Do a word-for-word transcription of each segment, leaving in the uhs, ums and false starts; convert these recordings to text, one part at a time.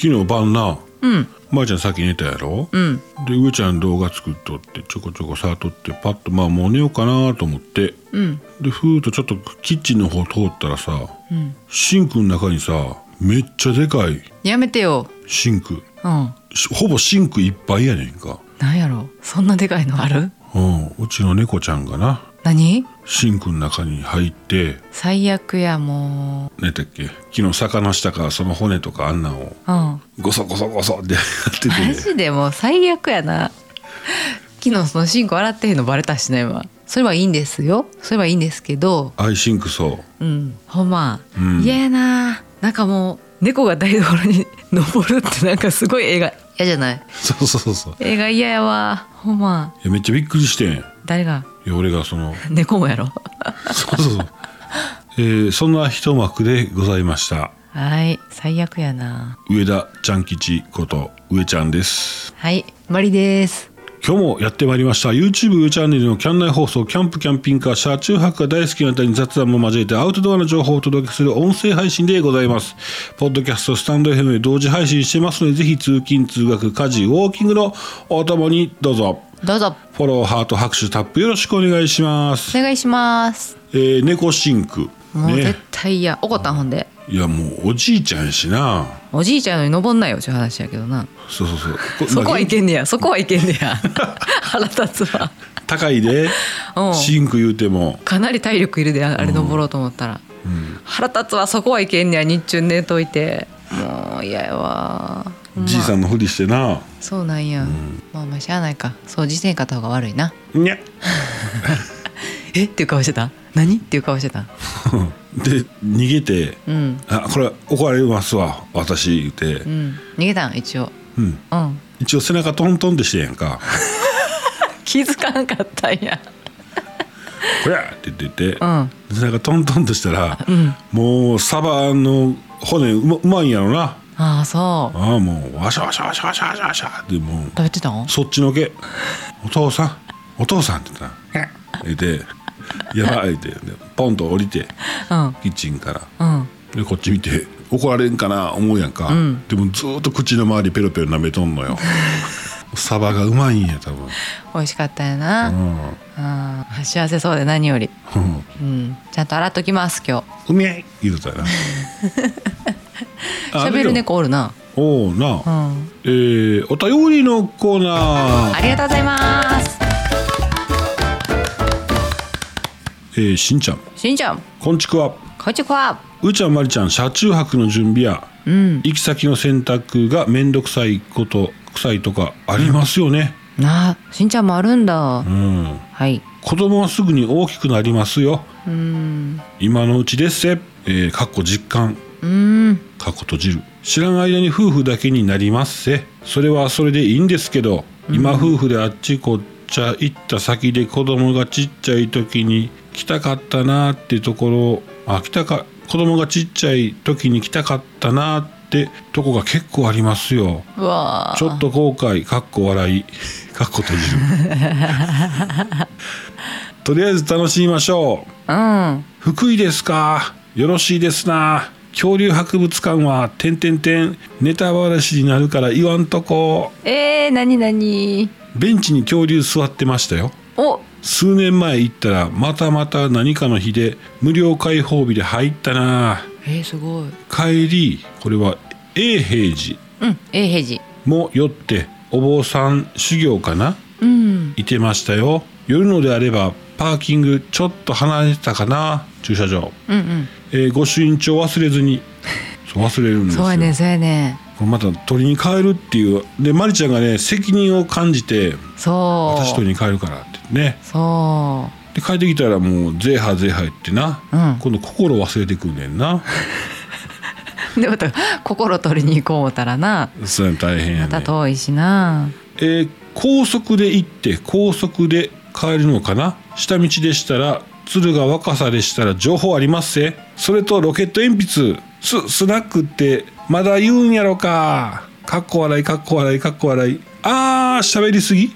昨日晩な、 うん、 まーちゃん先寝たやろ、 うん、 で上ちゃん動画作っとってちょこちょこ触っとってパッとまあもう寝ようかなと思って、 うん、でふーっとちょっとキッチンの方通ったらさ、 うん、 シンクの中にさめっちゃでかいやめてよシンク、 うん、 ほぼシンクいっぱいやねんか。 なんやろそんなでかいのある？ うん、うちの猫ちゃんがな何シンクの中に入って最悪やもう。 何だっけ昨日魚したからその骨とかあんなんを、 うん、 ゴソゴソゴソってやってて、 マジでもう最悪やな。昨日そのシンク洗ってへんのバレたしね今。それはいいんですよそれはいいんですけどアイシンクそう、 うん、ほんま嫌、 うん、 やな。なんかもう猫が台所に登るってなんかすごい映画嫌じゃない？ そうそうそう映画嫌やわほんま。 いやめっちゃびっくりしてん。 誰が？ いや俺がその猫もやろそうそうそう、えー、そんな一幕でございました。 はい最悪やな。 上田ちゃん吉こと上ちゃんです。 はいマリです。 今日もやってまいりました YouTube 上チャンネルのキャン内放送キャンプキャンピングカー車中泊が大好きな方に雑談も交えてアウトドアの情報をお届けする音声配信でございます。ポッドキャストスタンド エフエム で同時配信してますのでぜひ通勤通学家事ウォーキングのお供にどうぞどうぞフォローハート拍手タップよろしくお願いします。 お願いします。 えー、猫シンクもう絶対嫌、ね、怒ったんほんで。 いやもうおじいちゃんやしな。 おじいちゃんのに登んないよっていう話やけどな。 そうそうそうそこはいけんねやそこはいけんねや腹立つわ。 高いでシンク言うてもかなり体力いるであれ登ろうと思ったら、うん、腹立つわ。そこはいけんねや日中寝といてもう嫌やわ。 じいさんのふりしてな。 そうなんや、うん、まあまあしゃあないか。掃除せんかった方が悪いな。 にゃえっていう顔してた。何っていう顔してたで逃げて、 うん、 あこれ怒られますわ私言って、 うん、逃げたん一応、 うんうん、一応背中トントンってしてんやんか気づかんかったんやこりゃって言ってて、 うん、 背中トントンとしたら、 うん、 もうサバの骨う ま, うまいんやろな。 ああそうああもうワシャワシャワシャワシャワシャワシャってもう食べてたん？ そっちのけお父さんお父さんって言ったら言ってやばいってポンと降りて、うん、キッチンから、うん、でこっち見て怒られんかな思うやんか、うん、でもずっと口の周りペロペロ舐めとんのよサバがうまいんや多分。 美味しかったよな、うん、あ幸せそうで何より、うんうん、ちゃんと洗っときます今日。 うめえ言うたら喋る猫おるな。 おうな、うん、えー、お便りのコーナーありがとうございます。 えー、しんちゃんしんちゃんこんちくわこんちくわ。 うーちゃんまりちゃん車中泊の準備や、うん、行き先の選択がめんどくさいこと臭いとかありますよね、 うん、なあしんちゃんもあるんだ、うん、はい。 子供はすぐに大きくなりますよ、うん、今のうちですせ、えー、かっこ実感、うん、かっこ閉じる。知らん間に夫婦だけになりますせ。それはそれでいいんですけど、うん、今夫婦であっちこっちゃ行った先で子供がちっちゃい時に来たかったなってところあ来たか子供がちっちゃい時に来たかったなってとこが結構ありますよ。 うわちょっと後悔かっこ笑いかっこ閉じるとりあえず楽しみましょう、うん、福井ですか。よろしいですな。恐竜博物館はてんてんてんネタ話になるから言わんとこ。 えー、なになに。 ベンチに恐竜座ってましたよ。 お数年前行ったらまたまた何かの日で無料開放日で入ったな。 えー、すごい。 帰りこれは永平寺、 うん永平寺も寄ってお坊さん修行かな、うん、いてましたよ。寄るのであればパーキングちょっと離れてたかな駐車場、うんうんえー、御朱印帳忘れずにそう忘れるんですよ。 そうやねそうやね。 これまた取りに帰るっていうでマリちゃんがね責任を感じてそう私取りに帰るからってね。 そうで帰ってきたらもうゼーハゼーハ言ってな、うん、今度心忘れてくんねんなでまた心取りに行こう思ったらなそれ大変やね。 また遠いしな、 えー、高速で行って高速で帰るのかな。下道でしたら敦賀若狭でしたら情報ありますせ。それとロケット鉛筆 ス, スナックってまだ言うんやろか。かっこ笑いかっこ笑いかっこ笑い。あー喋りすぎ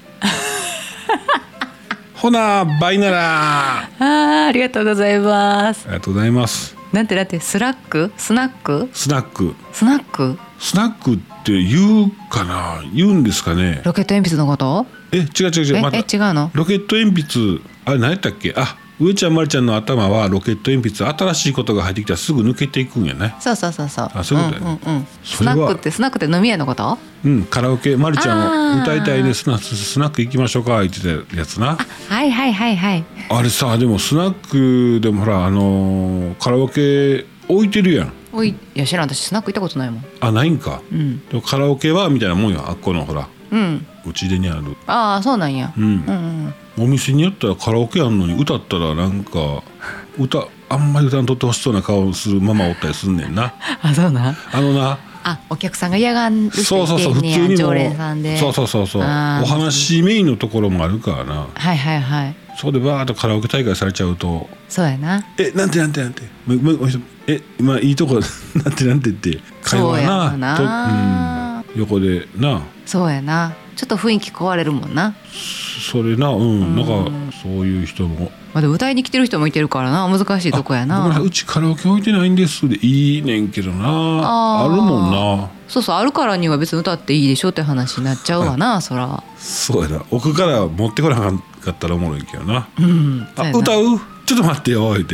ほなバイなら。 あーありがとうございます。 ありがとうございます。 なんてだってスラックスナックスナックスナックスナックって言うかな、言うんですかね。 ロケット鉛筆のこと？ え違う違う違う、 え、 またえ違うの？ ロケット鉛筆あれ何やったっけ。あ、上ちゃんまりちゃんの頭はロケット鉛筆、新しいことが入ってきたらすぐ抜けていくんやね。 そうそうそうそう。 あ、そういうことやね、 うんうんうん、スナックってスナックって飲み屋のこと？ うん、カラオケまりちゃん歌いたいね、スナスナック行きましょうか言ってたやつな。 あ、はいはいはいはい。 あれさ、でもスナックでもほらあのー、カラオケ置いてるやん。 おい、いや知らん、私スナック行ったことないもん。 あ、ないんか、 うん、 でもカラオケはみたいなもんよ、あっこのほら、 うん、 うちでにある。 ああそうなんや、 うん、うんうん、お店によったらカラオケあんのに歌ったらなんか歌あんまり歌んとってほしそうな顔するママおったりすんねんな。 あ、そうなん。 あのな、 あ、お客さんが嫌がる人そうそうそう、普いてんねや、 通にも常連さんで。 そうそうそうそう、おあー話メインのところもあるからな。 はいはいはい。 そこでバーッとカラオケ大会されちゃうと、 そうやな。 え、なんてなんてなんて、もうもうもう一度え、まあいいとこなんてなんてって会話そうやななと、うん、横でな、 そうやな。ちょっと雰囲気壊れるもんな。 それな、うん、 うん、 なんかそういう人も、 まあ、でも歌いに来てる人もいてるからな、難しいとこやな。 ごめんなさい、うちカラオケ置いてないんですでいいねんけどな、ああーるもんな。 そうそう、あるからには別に歌っていいでしょって話になっちゃうわな、そら。 そうやな、奥から持ってこなかったらおもろいけどな。 うん、 あ、 そうやな。 歌うちょっと待ってよ言って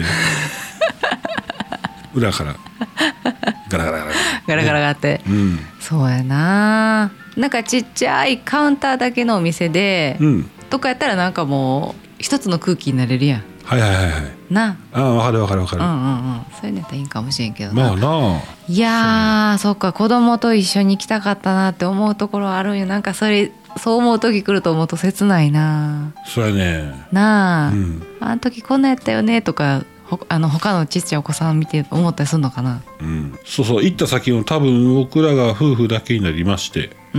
裏からガラガラガラガラガラがあって、 うん、 そうやな。なんかちっちゃいカウンターだけのお店で、 うん、 とかやったらなんかもう一つの空気になれるやんはいはいはいはい、 な。 ああ、分かる分かる分かる、 うんうんうん、そういうのやったらいいんかもしれんけどな。 まあな、 いやー、そっか、子供と一緒に行きたかったなって思うところあるんよ。なんかそれ、そう思う時来ると思うと切ないな。 そうやね、 なあ、 うん、 あの時こんなやったよねとか、ほあの他のちっちゃいお子さん見て思ったりするのかな。 うん、そうそう、行った先も多分僕らが夫婦だけになりまして、 うん、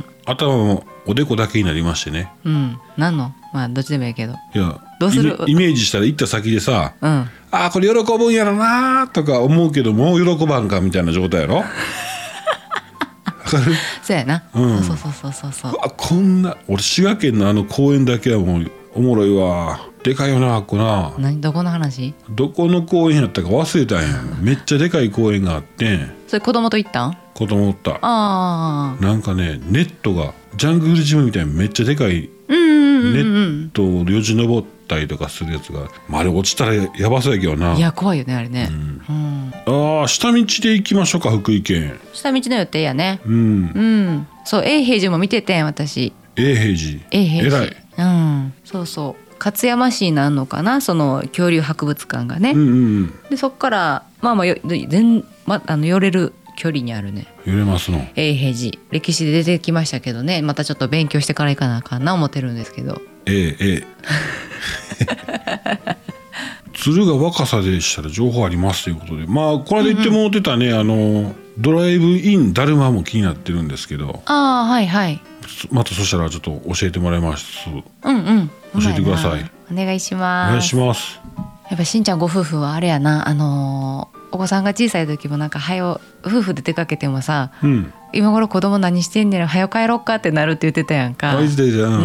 頭もおでこだけになりましてね。 うん、なんの、まあどっちでもいいけど。 いや、 どうするイメイメージしたら行った先でさ、 うん、 ああこれ喜ぶんやろなとか思うけどもう喜ばんかみたいな状態やろわかる。 そうやな、 うん、 そうそうそうそうそう。 あ、こんな俺滋賀県のあの公園だけはもうおもろいわ。でかいよな、あっこな。 何、どこの話？ どこの公園やったか忘れたんや。めっちゃでかい公園があってそれ子供と行ったん？ 子供おった。 ああ、 なんかね、ネットがジャングルジムみたいにめっちゃでかいうんうんうん、 ネうん、 ットをよじ登ったりとかするやつが、まあ、あれ落ちたらやばそうやけどな。 いや怖いよねあれね、 うんうん、 ああ、下道で行きましょうか、福井県。 下道の予定やね。 うん、 うん、そう永平寺も見ててん私。 永平寺、 永平寺、 偉い。 うん、そうそう、勝山市になるのかな、その恐竜博物館がね、 うんうんうん、 でそっからまあまあよ全、ま、あの寄れる距離にあるね揺れますの。 永平寺、歴史で出てきましたけどね、またちょっと勉強してから行かなあかんな思ってるんですけど。 ええええ鶴が若さでしたら情報ありますということで、まあこれで言ってもうてたね、うんうん、あのドライブインだるまも気になってるんですけど、 ああはいはい、 またそしたらちょっと教えてもらいます。 うんうん、 教えてください。 お願いします。 お願いします。 やっぱしんちゃんご夫婦はあれやな、あのー、お子さんが小さい時もなんかはよ夫婦で出かけてもさ、うん、今頃子供何してんねん、はよ帰ろっかってなるって言ってたやんか。 あいつでじゃん、 うん、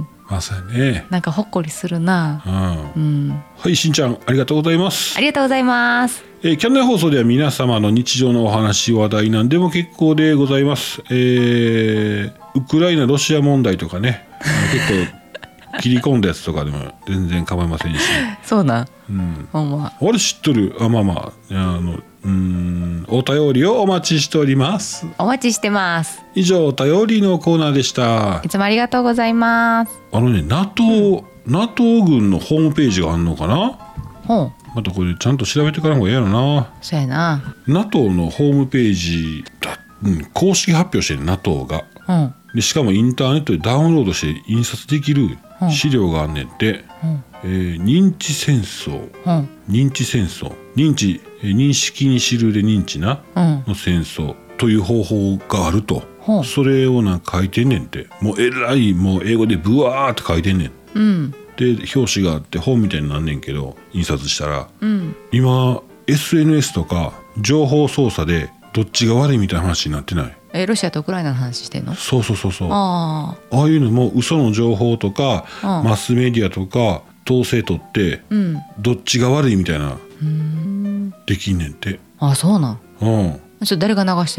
まさにね、 なんかほっこりするな、うんうん、 はい、しんちゃんありがとうございます。 ありがとうございます。 えー、キャンナイ放送では皆様の日常のお話、話題なんでも結構でございます。えー、ウクライナロシア問題とかね結構切り込んだやつとかでも全然構いませんしそうなん、 うん、 ほんま俺知っとる。あ、まあまあ、あのうーんお便りをお待ちしております。 お待ちしてます。 以上、お便りのコーナーでした。 いつもありがとうございます。 あのね、 NATO、うん、NATO 軍のホームページがあんのかな。 ほう、 またこれちゃんと調べてからの方がいいやろな。 そうやな。 NATO のホームページだ、うん、公式発表してる NATO が、うん、でしかもインターネットでダウンロードして印刷できる資料があんねんて、うん、えー、認知戦争、うん、認知戦争、認知、えー、認識に知るで認知な、うん、の戦争という方法があると、うん、それをなんか書いてんねんて。もうえらい、もう英語でブワーって書いてんねん、うん、で表紙があって本みたいになんねんけど、印刷したら、うん、今 エスエヌエス とか情報操作でどっちが悪いみたいな話になってない？ えロシアとウクライナの話してんの？ そうそうそうそう。あああいうのも嘘の情報とかマスメディアとか統制取って、うん、どっちが悪いみたいな、うん、できんねんて。 あ、そうなん。うん。それ誰が流してんの？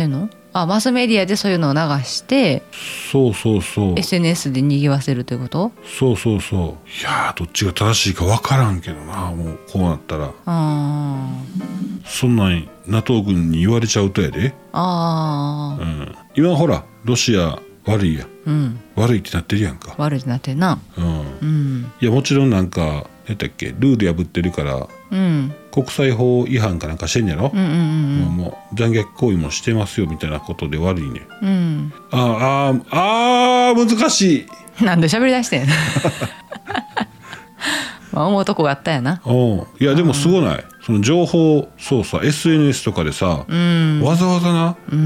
あ、マスメディアでそういうのを流してそうそうそうエスエヌエス で賑わせるということ？ そうそうそう。いやーどっちが正しいか分からんけどな。もうこうなったらあそんなん NATO 軍に言われちゃうとやで。 あ、 うん、今ほらロシア悪いやん、 うん、 悪いってなってるやんか。 悪いってなってんな。 うん、 うん、 いやもちろんなんか何だっけルール破ってるからうん、 国際法違反かなんかしてんやろ、 うんうんうんもうもう残虐行為もしてますよみたいなことで悪いね。 うん、 あーあーあー難しい。 なんで喋り出してんまあ思うとこがあったやな。 おいやでもすごない、その情報操作 エスエヌエス とかでさ、 うん、 わざわざな、 うん、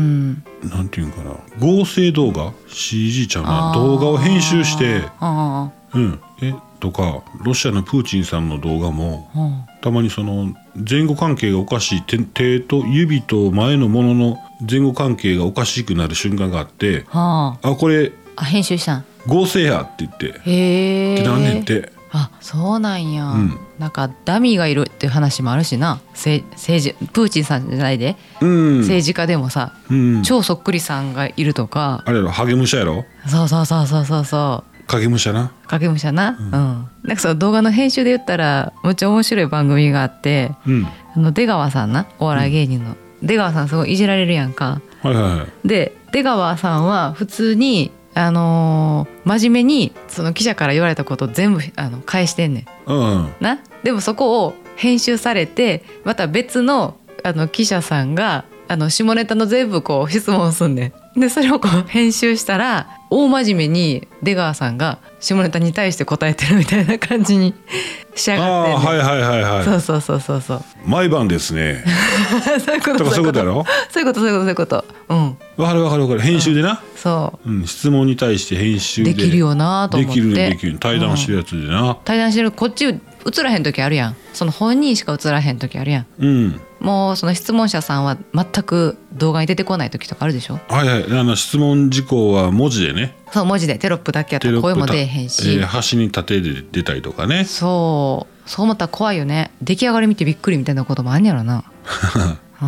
なんていうんかな合成動画 シージー ちゃうな動画を編集してあうんえとかロシアのプーチンさんの動画もあ、 たまにその前後関係がおかしい 手, 手と指と前のものの前後関係がおかしくなる瞬間があってはあこれあ、あ編集したん。 合成やって言ってへえ。 ってなんねんって。 あ、そうなんや、 うん、 なんかダミーがいるっていう話もあるしな。政治プーチンさんじゃないで、 うん、 政治家でもさ、 うん、 超そっくりさんがいるとか。 あれやろハゲ武者やろ。 そうそうそうそうそうそう、 影武者な影武者な、うん、 うん、 なんかその動画の編集で言ったらむっちゃ面白い番組があって、 うん、 あの出川さんな、お笑い芸人の、うん、出川さんすごいいじられるやんか。 はいはいはい。 で出川さんは普通にあのー、真面目にその記者から言われたことを全部あの返してんねん、 うん、 な。でもそこを編集されてまた別のあの記者さんがあの下ネタの全部こう質問すんねん。でそれをこう編集したら大真面目に出川さんが下ネタに対して答えてるみたいな感じに仕上がってんねん。 ああはいはいはいはい。 そうそうそうそうそう毎晩ですねそういうこととかそういうことやろ。 そういうことそういうことそういうこと。うん。 わかるわかるわかる。編集でな、 そう、 うん、質問に対して編集でできるよなと思って。 できるできる対談してるやつでな、 うん、対談してるこっち映らへん時あるやん。その本人しか映らへん時あるやん。 うん、 もうその質問者さんは全く動画に出てこない時とかあるでしょ。 はいはい。あの質問事項は文字でね。 そう文字でテロップだけやったら声も出えへんし、 えー、端に縦で出たりとかね。 そうそう思ったら怖いよね。出来上がり見てびっくりみたいなこともあんやろなうん、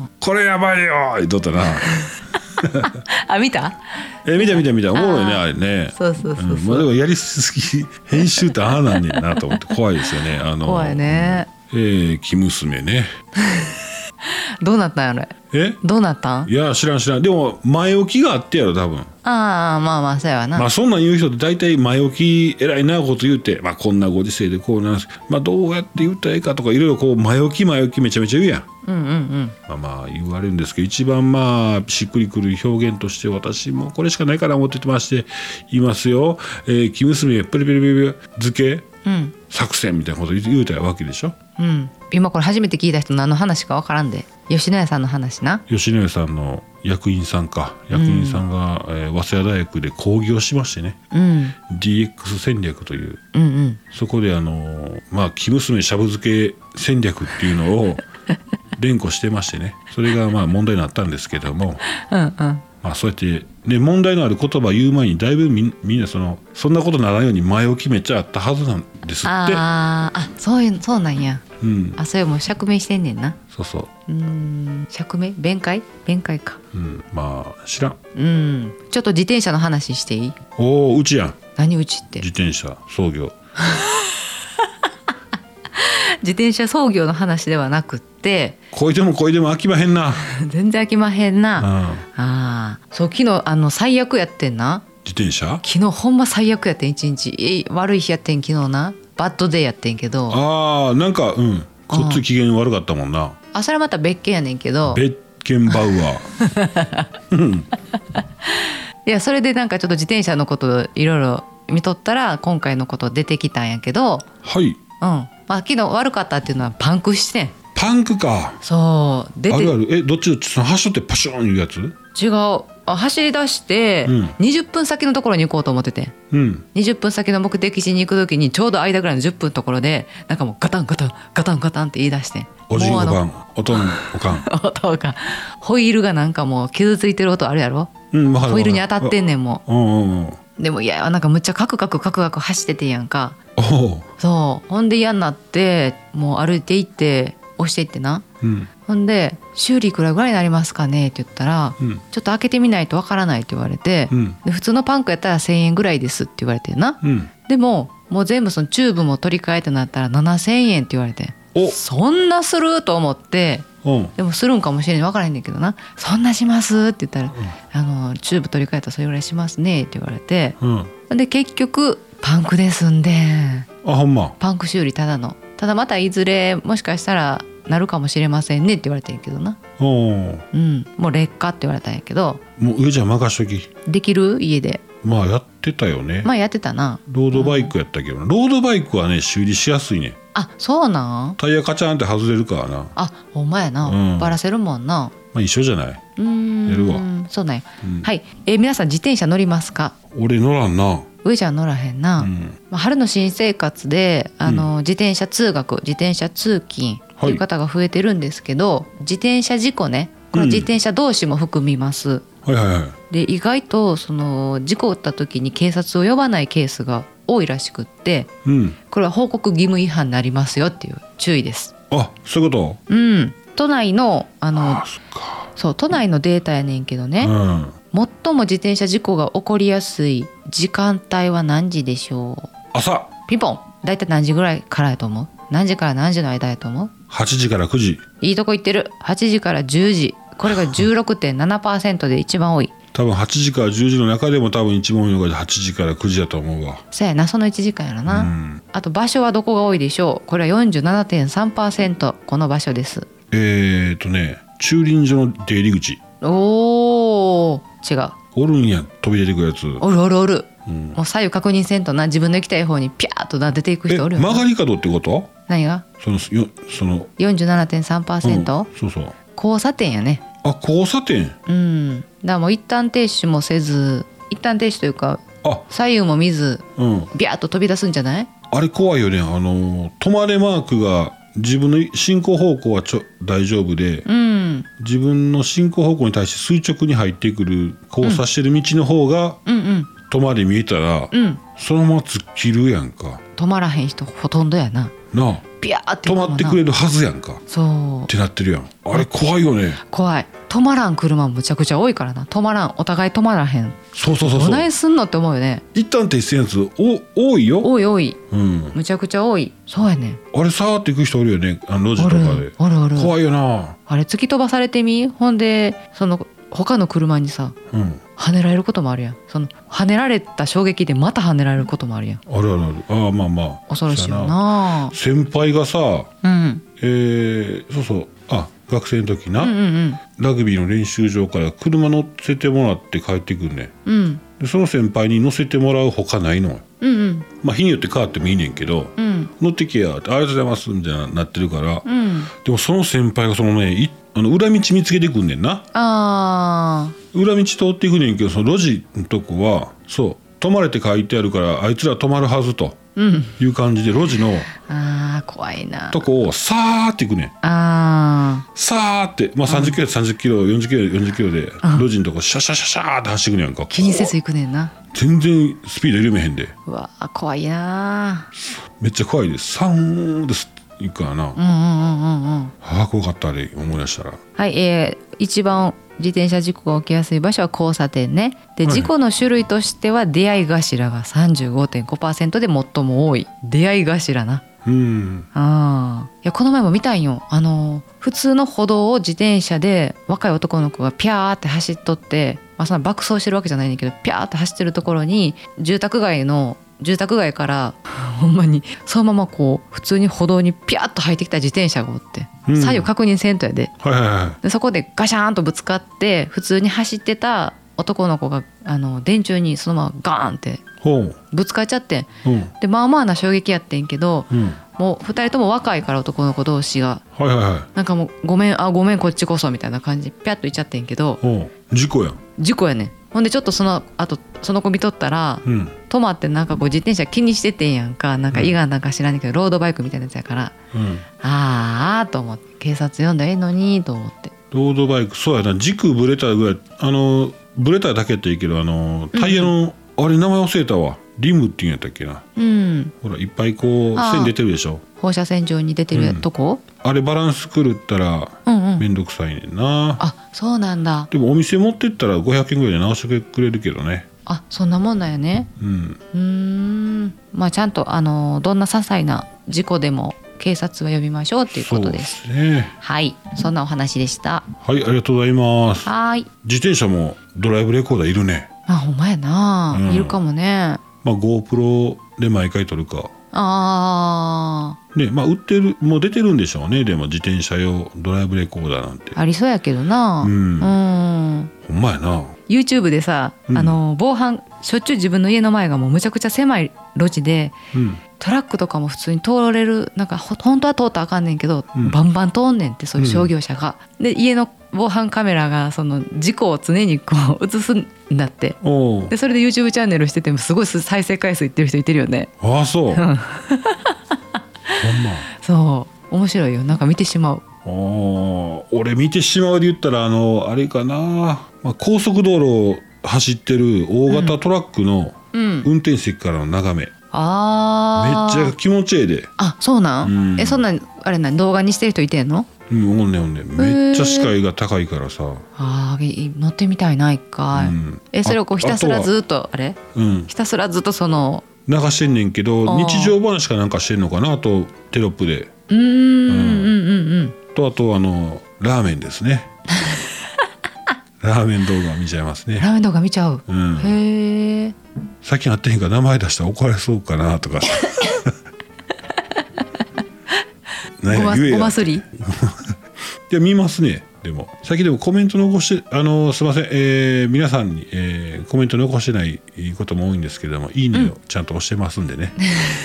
これやばいよ言っとったなあ見たえ見た見た見たおもろいねあれね。 そうそうそうそう、 うん、まあでもやりすぎ編集ってああなんねんなと思って怖いですよね。あの怖いね。 えー、生娘ねどうなったんやろ。 えどうなったん。 いや知らん知らん。でも前置きがあってやろ多分。 ああまあまあそうやわな。 まあそんなん言う人って大体前置き偉いなこと言うて、まあ、こんなご時世でこうなんです、まあ、どうやって言ったらいいかとかいろいろこう前置き前置きめちゃめちゃ言うやん。 うんうんうん。 まあまあ言われるんですけど一番まあしっくりくる表現として私もこれしかないかな思ってまして言いますよ。えー、生娘プリプリプリプリ漬け、うん、作戦みたいなこと言うたわけでしょ。 うん、今これ初めて聞いた人何の話か分からんで。吉野家さんの話な。 吉野家さんの役員さんか役員さんが、うんえー、早稲田大学で講義をしましてね、うん、ディーエックス 戦略という、うんうん、そこであのー、まあ生娘しゃぶ漬け戦略っていうのを連呼してましてねそれがまあ問題になったんですけどもうん、うんまあ、そうやってね問題のある言葉言う前にだいぶ み, みんなそのそんなことならないように前置きめっちゃあったはずなんですって。 ああそういうそうなんや、うん、あそれも釈明してんねんな。 そうそううーん釈明弁解弁解か、 うん、まあ知らん、 うん、ちょっと自転車の話していい。 おおうちやん。 何うちって自転車操業自転車操業の話ではなくってこいでもこいでも飽きまへんな全然飽きまへんな。 ああそう昨日あの最悪やってんな。 自転車昨日ほんま最悪やってん一日、え悪い日やってん昨日な。バッドデーやってんけどああなんかうんこっち機嫌悪かったもんな。 あそれはまた別件やねんけどベッケンバウアーいやそれでなんかちょっと自転車のこといろいろ見とったら今回のこと出てきたんやけどはい、うんまあ、昨日悪かったっていうのはパンクしてん。 パンクか。 そう出てあるある。えどっちどっちその走ってパショーンいうやつ。 違うあ走り出してにじゅっぷん先のところに行こうと思ってて、うん、にじゅっぷん先の目的地に行く時にちょうど間ぐらいのじゅっぷんのところでなんかもうガタンガタンガタンガタンって言い出してん。 おじんおばんおとんおかん音がホイールがなんかもう傷ついてる音あるやろ、うん、ホイールに当たってんねんもう、うんうんうん、でもいやなんかむっちゃカクカクカクカク走っててんやんか。おそうほんで嫌になってもう歩いて行って押していってな、うん、 ほんで修理いくらぐらいになりますかねって言ったら、 うん、 ちょっと開けてみないとわからないって言われて、うん、で普通のパンクやったらせんえんぐらいですって言われてな、うん、でももう全部そのチューブも取り替えてなったらななせんえんって言われて、おそんなすると思って、うん、でもするんかもしれない分からへんねんけどな、そんなしますって言ったら、うん、あのチューブ取り替えたらそれぐらいしますねって言われて、うん、で結局パンクですんで、 あほんまパンク修理ただの、ただまたいずれもしかしたらなるかもしれませんねって言われてんけどな、お、うん、もう劣化って言われたんやけど、 もう上じゃ任しときできる家で、 まあやってたよね、 まあやってたな、 ロードバイクやったけど、うん、ロードバイクはね修理しやすいね。 あそうなん、 タイヤカチャンって外れるからな。 あほんまやな、うん、バラせるもんな。 まあ一緒じゃない。うーんやるわ。 そうなんや、うん、はい、えー、皆さん自転車乗りますか？ 俺乗らんな。 上ちゃん乗らへんな、うん、まあ、春の新生活であの、うん、自転車通学自転車通勤という方が増えてるんですけど、はい、自転車事故ね、これ自転車同士も含みます、 うん、はいはいはい。 で意外とその事故をった時に警察を呼ばないケースが多いらしくって、うん、これは報告義務違反になりますよっていう注意です。 あそういうこと？ うん、都内のあのあそっか、そう都内のデータやねんけどね、うん、最も自転車事故が起こりやすい時間帯は何時でしょう？ 朝。 ピンポン。だいたい何時ぐらいからやと思う？何時から何時の間やと思う？ はちじからくじ。 いいとこ行ってる。はちじからじゅうじ、これが じゅうろくてんななパーセント で一番多い。多分はちじからじゅうじの中でも多分一番多いのがはちじからくじだと思うわ。 そうやな、そのいちじかんやろな、うん、あと場所はどこが多いでしょう？これは よんじゅうななてんさんパーセント この場所です。 えーとね駐輪場の出入り口。 おー違う。 おるんや、飛び出てくるやつ。 おるおるおる、うん、もう左右確認せんとな、自分の行きたい方にピャーっとな出ていく人おるよ。 曲がり角ってこと？ 何が？ そのよそのよんじゅうななてんさんパーセント、 うん、そうそう、 交差点やね。 あ交差点。 うん、だからもう一旦停止もせず、一旦停止というか左右も見ず、うん、ビャーっと飛び出すんじゃない？ あれ怖いよね。あの止まれマークが自分の進行方向はちょ大丈夫で、うん、自分の進行方向に対して垂直に入ってくる交差してる道の方が、うんうんうん、止まり見えたら、うん、そのまま突っ切るやんか。 止まらへん人ほとんどやな。 なあビャーって止まってくれるはずやんか。 そうってなってるやん。あれ怖いよね。 怖い。止まらん車むちゃくちゃ多いからな。止まらん、お互い止まらへん。 そうそうそうそう。 どないすんのって思うよね。 一旦停止するやつお多いよ。 多い多い、うん、むちゃくちゃ多い。そうやね。 あれさーって行く人おるよね、あの路地とかで。 おるおる。 怖いよな。 あれ突き飛ばされてみ、ほんでその他の車にさ、うん、跳ねられることもあるやん。その跳ねられた衝撃でまた跳ねられることもあるやん。 あるあるある。ああまあまあ恐ろしいよな。 先輩がさ、うん、えー、そうそうあ学生の時な、うんうんうん、ラグビーの練習場から車乗せてもらって帰ってくるね、うん、でその先輩に乗せてもらうほかないの、うんうん、まあ日によって変わってもいいねんけど、うん、乗ってけやってありがとうございますみたいななってるから、うん、でもその先輩がそのねいあの裏道見つけてくんねんな。あ裏道通っていくねんけど、その路地のとこはそう止まれって書いてあるからあいつら止まるはずという感じで、路地のあ怖いなとこをさーっていくねん。あさーって、まあ、さんじゅっキロでさんじゅっキロよんじゅっキロでよんじゅっキロで路地のとこシャシャシャシャーって走っていくねんか。 気にせずいくねんな。 全然スピード緩めへんで。 うわ怖いな。 めっちゃ怖いです。サーンですいくからな。うんうんうんうんうん。ああ怖かったあれ思い出したら。 はい、えー、一番自転車事故が起きやすい場所は交差点ね。で、はい、事故の種類としては出会い頭が さんじゅうごてんごパーセント で最も多い。出会い頭な。うん。ああ。いやこの前も見たんよ。あの普通の歩道を自転車で若い男の子がピャーって走っとって、まあそんな爆走してるわけじゃないんだけど、ピャーって走ってるところに住宅街の住宅街からほんまにそのままこう普通に歩道にピャーッと入ってきた自転車がおって、うん、左右確認せんとやで、はいはいはい、でそこでガシャーンとぶつかって普通に走ってた男の子があの電柱にそのままガーンってぶつかっちゃって、うん、でまあまあな衝撃やってんけど、うん、もうふたりとも若いから男の子同士が、はいはいはい、なんかもうごめんあごめんこっちこそみたいな感じでピャッといっちゃってんけど、 事故やん。 事故やねん。ほんでちょっとそのあとその子見とったら、うん、止まってなんかこう自転車気にしててんやんか。なんかいがなんか知らんけど、うん、ロードバイクみたいなやつやから、うん、あーと思って警察呼んだらええのにと思って。 ロードバイクそうやな、軸ブレたぐらい、あのブレただけやったらいいけど、あのタイヤの、うん、あれ名前忘れたわ、リムっていうんやったっけな、うん、ほらいっぱいこう線出てるでしょ。 放射線状に出てるとこ、 あれバランス狂ったらうんうん、 めんどくさいねんな。 あ、そうなんだ。 でもお店持ってったらごひゃくえんぐらいで直してくれるけどね。 あ、そんなもんなんやね。 うんうーん、まあちゃんとあのどんな些細な事故でも警察は呼びましょうっていうことです。 そうですね。 はい、そんなお話でした。 はい、ありがとうございます。 はい。 自転車もドライブレコーダーいるね。 あ、ほんまやな、 うん、 いるかもね。 まあ GoPro で毎回撮るか。 ああ。 ね、まあ売ってる、もう出てるんでしょうね。でも自転車用ドライブレコーダーなんてありそうやけどな。 うん、 うん、 ほんまやな。 YouTube でさ、うん、あの防犯しょっちゅう自分の家の前がもうむちゃくちゃ狭い路地で、うん、トラックとかも普通に通れる、なんか本当は通ったらあかんねんけど、うん、バンバン通んねんって、そういう商業者が、うん、で家の防犯カメラがその事故を常にこう映すんだって。でそれで YouTube チャンネルしててもすごい再生回数いってる人いてるよね。 ああ、そうほんま。 そう面白いよ、なんか見てしまう。 あ、俺見てしまうで言ったらあのあれかな、まあ、高速道路を走ってる大型トラックの運転席からの眺め、うん、あめっちゃ気持ちいいで。 あ、そうなん、うん、え、そんなんあれなん動画にしてる人いてんの？ うん、おんねんおんねん。めっちゃ視界が高いからさ。 あー、乗ってみたいな一回、うん、えそれをこうひたすらずっとあれ、うん、ひたすらずっとその流してんねんけど、日常話かなんかしてんのかな、あとテロップで。うーん、うんうんうん、とあとあのラーメンですね。ラーメン動画見ちゃいますね。 ラーメン動画見ちゃう、うん、へえ。 さっきなってへんから名前出したら怒られそうかなとか。 ごま、ごますり。いや見ますね。でも最近でもコメント残してあのすいません、えー、皆さんに、えー、コメント残してないことも多いんですけれども、いいねをちゃんと押してますんでね。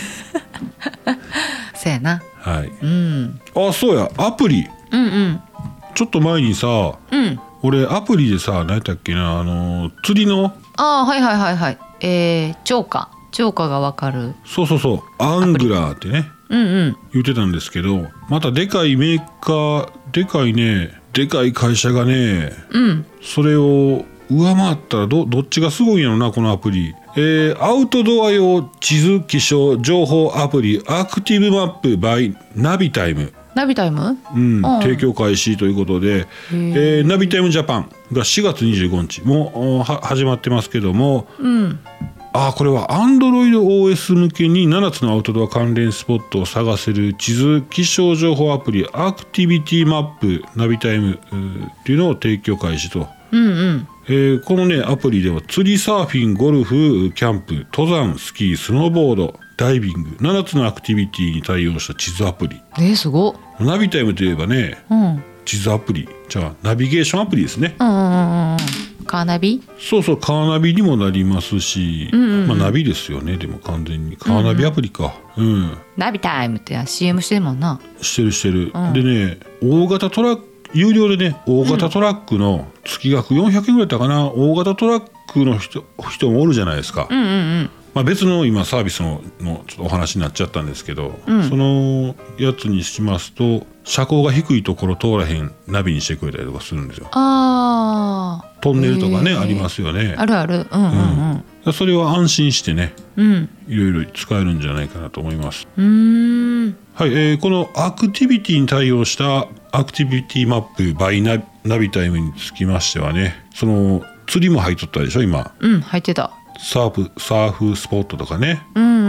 そうやな。 はい。うん。あ、そうや、アプリ。うんうん。ちょっと前にさ、うん、俺アプリでさ、何やったっけな、あの釣りの。 あ、はいはいはいはい。えー、釣果釣果がわかる。 そうそうそう、アングラーってね。うんうん、言ってたんですけど、またでかいメーカー、でかいね、でかい会社がね、うん、それを上回ったら ど, どっちがすごいんやろな、このアプリ。えー、アウトドア用地図気象情報アプリアクティブマップ by ナビタイム。 ナビタイム、 うん、提供開始ということで、えー、ナビタイムジャパンがしがつにじゅうごにちもう始まってますけども、うん、あ、これは Android オーエス 向けにななつのアウトドア関連スポットを探せる地図気象情報アプリアクティビティマップナビタイムっていうのを提供開始と、うんうん、えー、このねアプリでは釣り、サーフィン、ゴルフ、キャンプ、登山、スキー、スノーボード、ダイビングななつのアクティビティに対応した地図アプリ。 えー、すごっ。 ナビタイムといえばね、うん、地図アプリじゃあナビゲーションアプリですね。うんうんうん、 カーナビ。 そうそう、カーナビにもなりますし、うんうんうん、まあ、ナビですよね。でも完全にカーナビアプリか、うんうん、 ナビタイムって シーエム してるもんな。 してるしてる、うん、でね、大型トラック有料でね、大型トラックの月額よんひゃくえんぐらいだったかな、大型トラックの 人, 人もおるじゃないですか、うんうんうん、まあ、別の今サービス の, のちょっとお話になっちゃったんですけど、うん、そのやつにしますと車高が低いところ通らへんナビにしてくれたりとかするんですよ。あ、トンネルとかね、ありますよね。 あるある、うんうんうん、それは安心してね、うん、いろいろ使えるんじゃないかなと思います。うーん、はい、えー、このアクティビティに対応したアクティビティマップ by ナ, ナビタイムにつきましてはね、その釣りも入っとったでしょ今。 うん、入ってた。 サーフ、サーフスポットとかね、うんうんうん、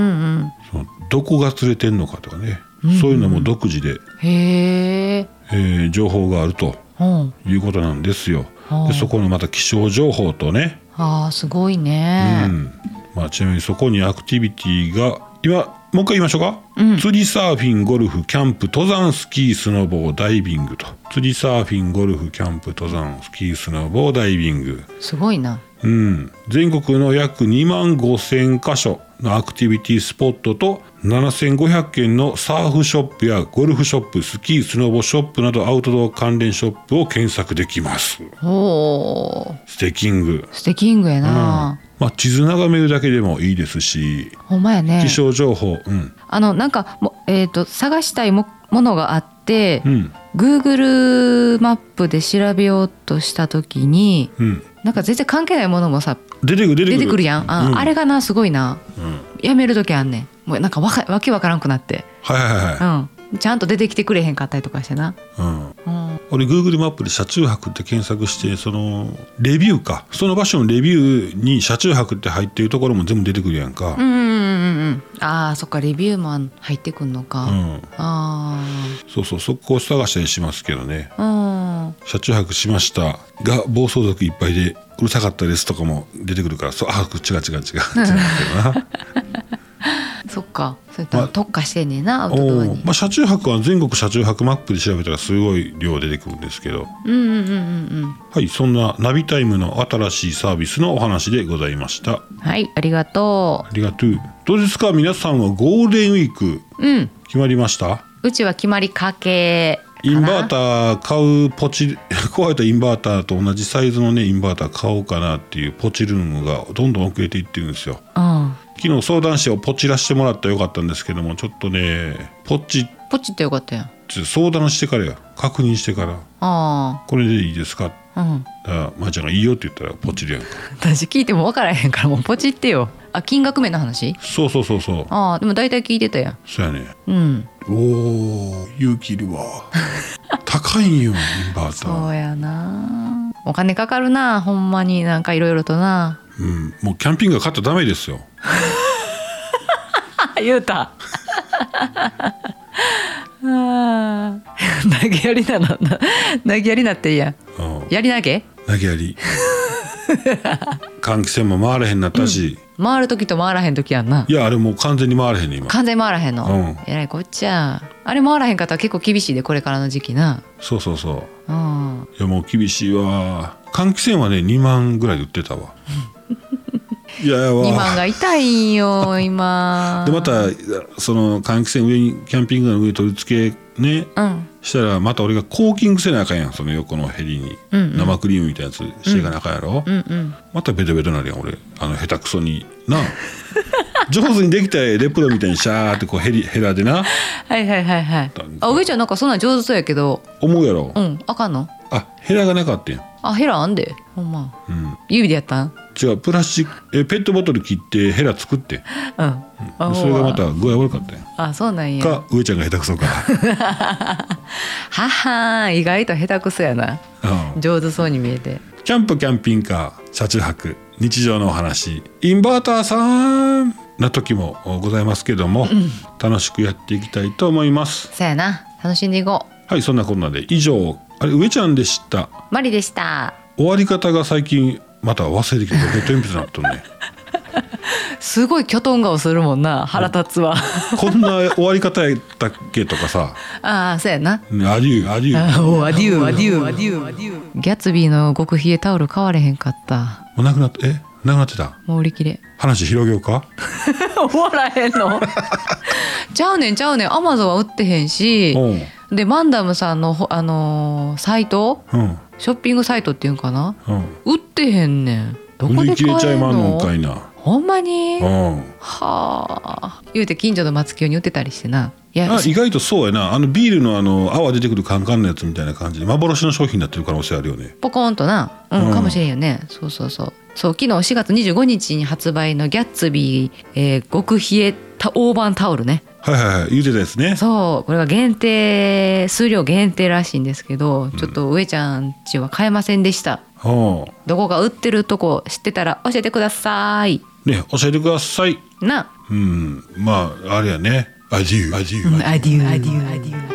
そのどこが釣れてんのかとかね、うんうん、そういうのも独自で、へー、えー、情報があるということなんですよ。でそこのまた気象情報とね、 あー、すごいね、うん、 まあ、ちなみにそこにアクティビティが今もう一回言いましょうか、うん、釣り、サーフィン、ゴルフ、キャンプ、登山、スキー、スノボー、ダイビングと。釣り、サーフィン、ゴルフ、キャンプ、登山、スキー、スノボー、ダイビング。 すごいな。 うん、全国の約にまんごせんかしょのアクティビティスポットとななせんごひゃくけんのサーフショップやゴルフショップ、スキー、スノボショップなどアウトドア関連ショップを検索できます。おー、ステキング。 ステキングやな、 うん、まあ、地図眺めるだけでもいいですし、 ほんまやね、 気象情報、うん、 あのなんかも、えーと、探したい も, ものがあって、うん、Google マップで調べようとした時に、うん、なんか全然関係ないものもさ出てくる出てくる出てくるやん。 あ,、うん、あれがなすごいな、うん、やめる時あんねん。もうなんかわかわけわからんくなって、 はいはいはい、 うん、 ちゃんと出てきてくれへんかったりとかしてな、 うん、 うん、 俺 Google マップで車中泊って検索してそのレビューかその場所のレビューに車中泊って入ってるところも全部出てくるやんか、 うんうんうんうん、ああそっかレビューも入ってくんのか、 うん、 あそうそうそこを探したりしますけどね、 うん、 車中泊しましたが暴走族いっぱいでうるさかったですとかも出てくるからそうあ違う違う違うってなってるなそっかそれとも特化してんねんな、まあ、アウトドアに、 まあ、車中泊は全国車中泊マップで調べたらすごい量出てくるんですけど、 うんうんうんうんうんはい、そんなナビタイムの新しいサービスのお話でございました。 はいありがとありがとう。どうですか皆さんはゴールデンウィーク、 う。うん決まりました？ うちは決まりかけかな。 インバーター買うポチ壊れたインバーターと同じサイズのねインバーター買おうかなっていうポチるのがどんどん遅れていってるんですよ。 うん昨日相談してをポチらせてもらったらよかったんですけどもちょっとねポチポチってよかったやん。 相談してからや確認してからあこれでいいですか、 あうんあまーちゃんがいいよって言ったらポチるやんか。 私聞いても分からへんからもうポチってよ。あ金額面の話。 そうそうそうそうああでも大体聞いてたやん。 そうやね。 うんおお勇気いるわ高いんよインバーター。 そうやなお金かかるなほんまになんかいろいろとな。 うん、もうキャンピングカー買ったらダメですよ言うたあ投げやりなの投げやりなっていいやん。 うんやり投げ投げやり換気扇も回らへんなったし、 うん、回る時と回らへん時やんな。 いやあれもう完全に回らへんね今。 完全に回らへんの、 うん、 えらいこっちゃ。あれ回らへんかったら結構厳しいでこれからの時期な。 そうそうそう、 うん、 いやもう厳しいわ。換気扇はねにまんぐらいで売ってたわいややわにまんが痛いんよ今でまたその換気扇上にキャンピングカーの上に取り付けね、 うん、 したらまた俺がコーキングせなあかんやんその横のヘリに、うんうん、生クリームみたいなやつしていかなあかんやろ、うんうん、またベトベトなるやん俺あの下手くそにな上手にできたレプロみたいにシャーってこうヘリヘラでなはいはいはいはい。あ上ちゃんなんかそんなん上手そうやけど思うやろ。 うんあかんの。 あヘラがなかったやん。 あヘラあんでほんま、うん、指でやったん。 違うプラスチックえペットボトル切ってヘラ作って、 うんうん、それがまた具合悪かったやん。 あそうなんや。 か上ちゃんが下手くそかはは意外と下手くそやな、うん、上手そうに見えて。 キャンプキャンピングカー車中泊日常のお話インバーターさんな時もございますけども、うん、楽しくやっていきたいと思います。 そうやな楽しんでいこう。 はいそんなこんなで以上あれ上ちゃんでした。 マリでした。 終わり方が最近また忘れてきてヘト鉛筆になっとるねすごいキョトン顔するもんな腹立つわこんな終わり方やったっけとかさああそうやなアデューアデューアデューアデューアデューアデューギャツビーの極冷えタオル買われへんかった。 もうなくなってえなくなってた。 もう売り切れ。 話広げようか終わらへんのちゃうねんちゃうねんアマゾンは売ってへんしでマンダムさんの、あのー、サイト、うん、ショッピングサイトっていうんかな、うん、売ってへんねん。どこで買えんの。売り切れちゃいまんのかいな。ほんまに、うん、はあ言うて近所の松清に売ってたりしてな。いやあ意外とそうやな。あのビールのあの泡出てくるカンカンのやつみたいな感じで幻の商品になってる可能性あるよね。 ポコンとな、うん、うん、かもしれんよね。そうそうそうそう昨日しがつにじゅうごにちに発売のギャッツビー、えー、極冷え大判タオルね。 はいはいはい言うてたですね。 そうこれが限定数量限定らしいんですけど、うん、ちょっと上ちゃんちは買えませんでした。どこか売ってるとこ知ってたら教えてくださいね。教えてくださいな。 うんまああれやねアデューアデューアデューアデューアデュー